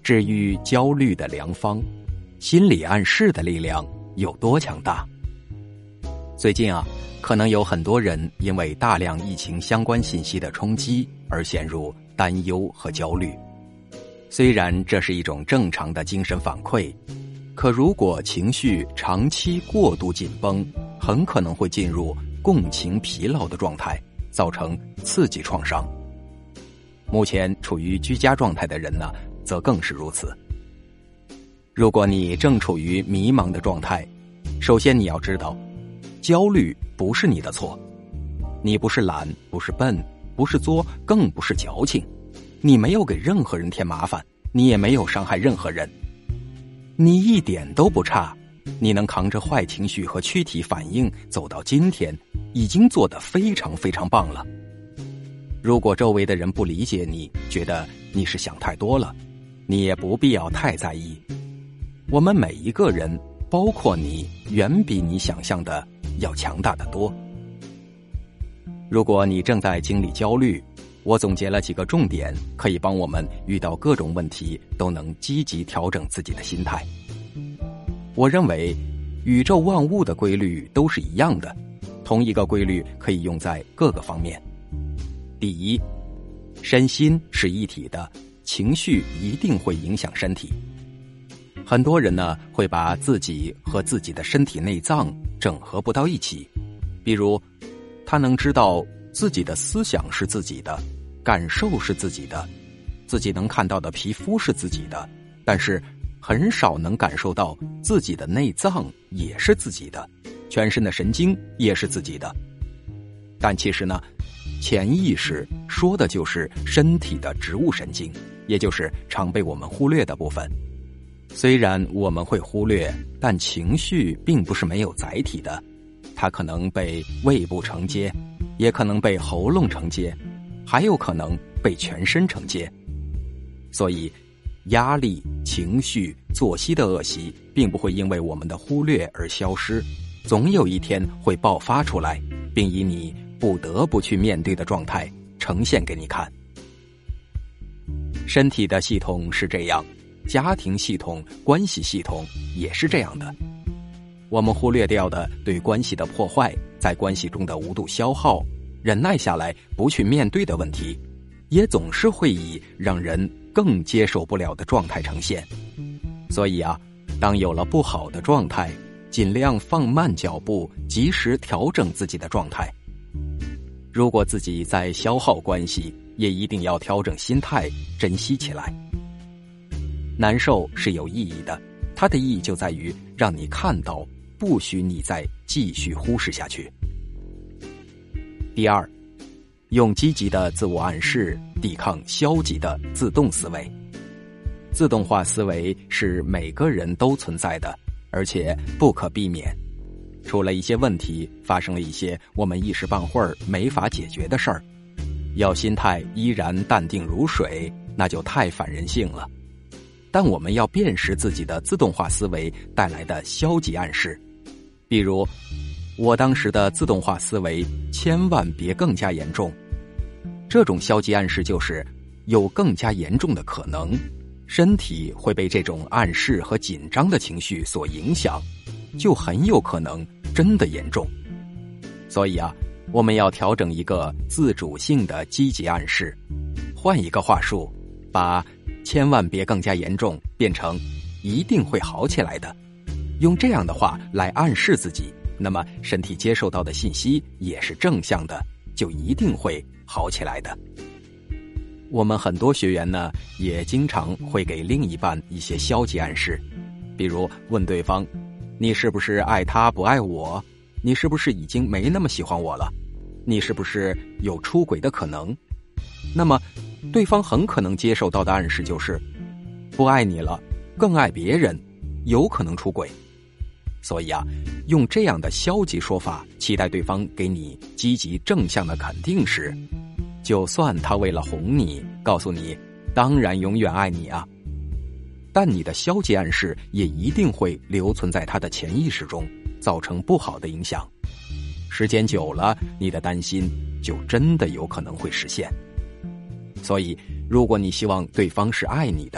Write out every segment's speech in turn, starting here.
治愈焦虑的良方，心理暗示的力量有多强大？最近可能有很多人因为大量疫情相关信息的冲击而陷入担忧和焦虑。虽然这是一种正常的精神反馈，可如果情绪长期过度紧绷，很可能会进入共情疲劳的状态，造成刺激创伤。目前处于居家状态的人呢，则更是如此。如果你正处于迷茫的状态，首先你要知道，焦虑不是你的错，你不是懒，不是笨，不是作，更不是矫情，你没有给任何人添麻烦，你也没有伤害任何人，你一点都不差，你能扛着坏情绪和躯体反应走到今天，已经做得非常非常棒了。如果周围的人不理解你，觉得你是想太多了，你也不必要太在意。我们每一个人，包括你，远比你想象的要强大得多。如果你正在经历焦虑，我总结了几个重点，可以帮我们遇到各种问题都能积极调整自己的心态。我认为宇宙万物的规律都是一样的，同一个规律可以用在各个方面。第一，身心是一体的，情绪一定会影响身体。很多人呢，会把自己和自己的身体内脏整合不到一起，比如他能知道自己的思想是自己的，感受是自己的，自己能看到的皮肤是自己的，但是很少能感受到自己的内脏也是自己的，全身的神经也是自己的。但其实呢，潜意识说的就是身体的植物神经，也就是常被我们忽略的部分。虽然我们会忽略，但情绪并不是没有载体的，它可能被胃部承接，也可能被喉咙承接，还有可能被全身承接。所以压力、情绪、作息的恶习并不会因为我们的忽略而消失，总有一天会爆发出来，并以你不得不去面对的状态呈现给你看。身体的系统是这样，家庭系统、关系系统也是这样的。我们忽略掉的对关系的破坏，在关系中的无度消耗，忍耐下来不去面对的问题，也总是会以让人更接受不了的状态呈现。所以当有了不好的状态，尽量放慢脚步，及时调整自己的状态。如果自己在消耗关系，也一定要调整心态，珍惜起来。难受是有意义的，它的意义就在于让你看到，不许你再继续忽视下去。第二，用积极的自我暗示抵抗消极的自动思维。自动化思维是每个人都存在的，而且不可避免。出了一些问题，发生了一些我们一时半会儿没法解决的事儿，要心态依然淡定如水，那就太反人性了。但我们要辨识自己的自动化思维带来的消极暗示，比如我当时的自动化思维千万别更加严重，这种消极暗示就是有更加严重的可能，身体会被这种暗示和紧张的情绪所影响，就很有可能真的严重。所以我们要调整一个自主性的积极暗示，换一个话术，把千万别更加严重变成一定会好起来的，用这样的话来暗示自己，那么身体接受到的信息也是正向的，就一定会好起来的。我们很多学员呢，也经常会给另一半一些消极暗示，比如问对方，你是不是爱他不爱我？你是不是已经没那么喜欢我了？你是不是有出轨的可能？那么对方很可能接受到的暗示就是不爱你了，更爱别人，有可能出轨。所以用这样的消极说法期待对方给你积极正向的肯定时，就算他为了哄你告诉你当然永远爱你但你的消极暗示也一定会留存在他的潜意识中，造成不好的影响。时间久了，你的担心就真的有可能会实现。所以如果你希望对方是爱你的，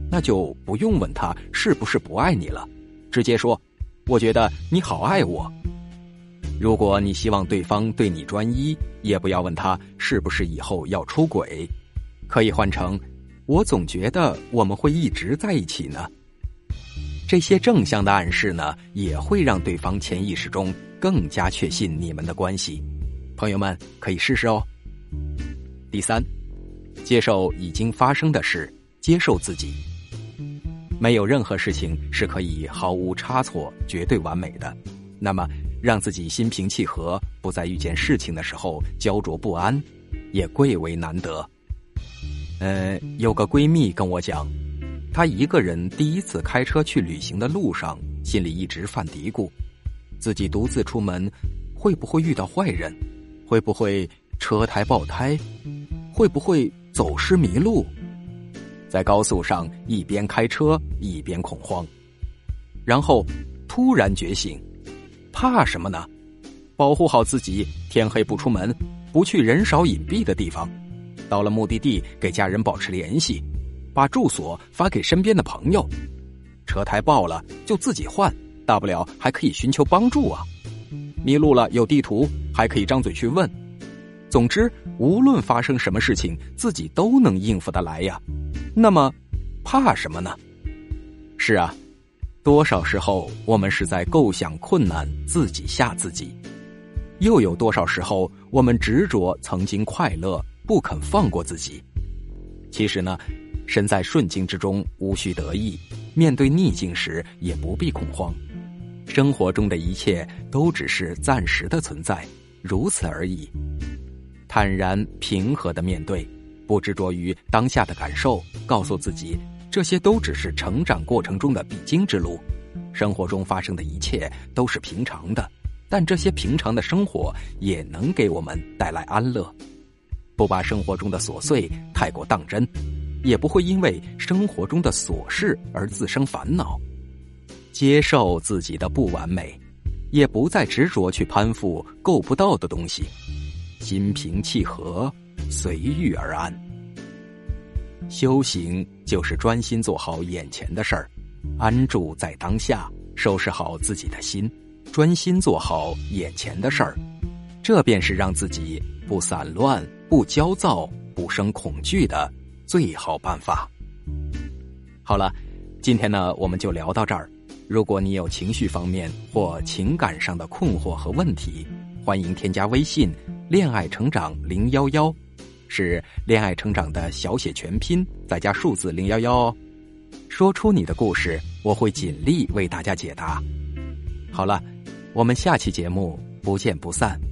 那就不用问他是不是不爱你了，直接说我觉得你好爱我。如果你希望对方对你专一，也不要问他是不是以后要出轨，可以换成我总觉得我们会一直在一起呢。这些正向的暗示呢，也会让对方潜意识中更加确信你们的关系。朋友们可以试试哦。第三，接受已经发生的事，接受自己。没有任何事情是可以毫无差错、绝对完美的。那么，让自己心平气和，不在遇见事情的时候焦灼不安，也贵为难得。有个闺蜜跟我讲，她一个人第一次开车去旅行的路上，心里一直犯嘀咕，自己独自出门，会不会遇到坏人？会不会车胎爆胎？会不会走失迷路？在高速上一边开车一边恐慌，然后突然觉醒，怕什么呢？保护好自己，天黑不出门，不去人少隐蔽的地方，到了目的地给家人保持联系，把住所发给身边的朋友。车胎爆了就自己换，大不了还可以寻求帮助啊。迷路了有地图，还可以张嘴去问。总之，无论发生什么事情，自己都能应付得来呀。那么，怕什么呢？是啊，多少时候我们是在构想困难，自己吓自己；又有多少时候我们执着曾经快乐，不肯放过自己。其实呢，身在顺境之中无需得意，面对逆境时也不必恐慌。生活中的一切都只是暂时的存在，如此而已。坦然平和地面对，不执着于当下的感受，告诉自己这些都只是成长过程中的必经之路。生活中发生的一切都是平常的，但这些平常的生活也能给我们带来安乐。不把生活中的琐碎太过当真，也不会因为生活中的琐事而自生烦恼。接受自己的不完美，也不再执着去攀附够不到的东西，心平气和，随遇而安。修行就是专心做好眼前的事儿，安住在当下，收拾好自己的心，专心做好眼前的事儿，这便是让自己不散乱、不焦躁、不生恐惧的最好办法。好了，今天呢，我们就聊到这儿。如果你有情绪方面或情感上的困惑和问题，欢迎添加微信恋爱成长011，是恋爱成长的小写全拼再加数字011哦。说出你的故事，我会尽力为大家解答。好了，我们下期节目不见不散。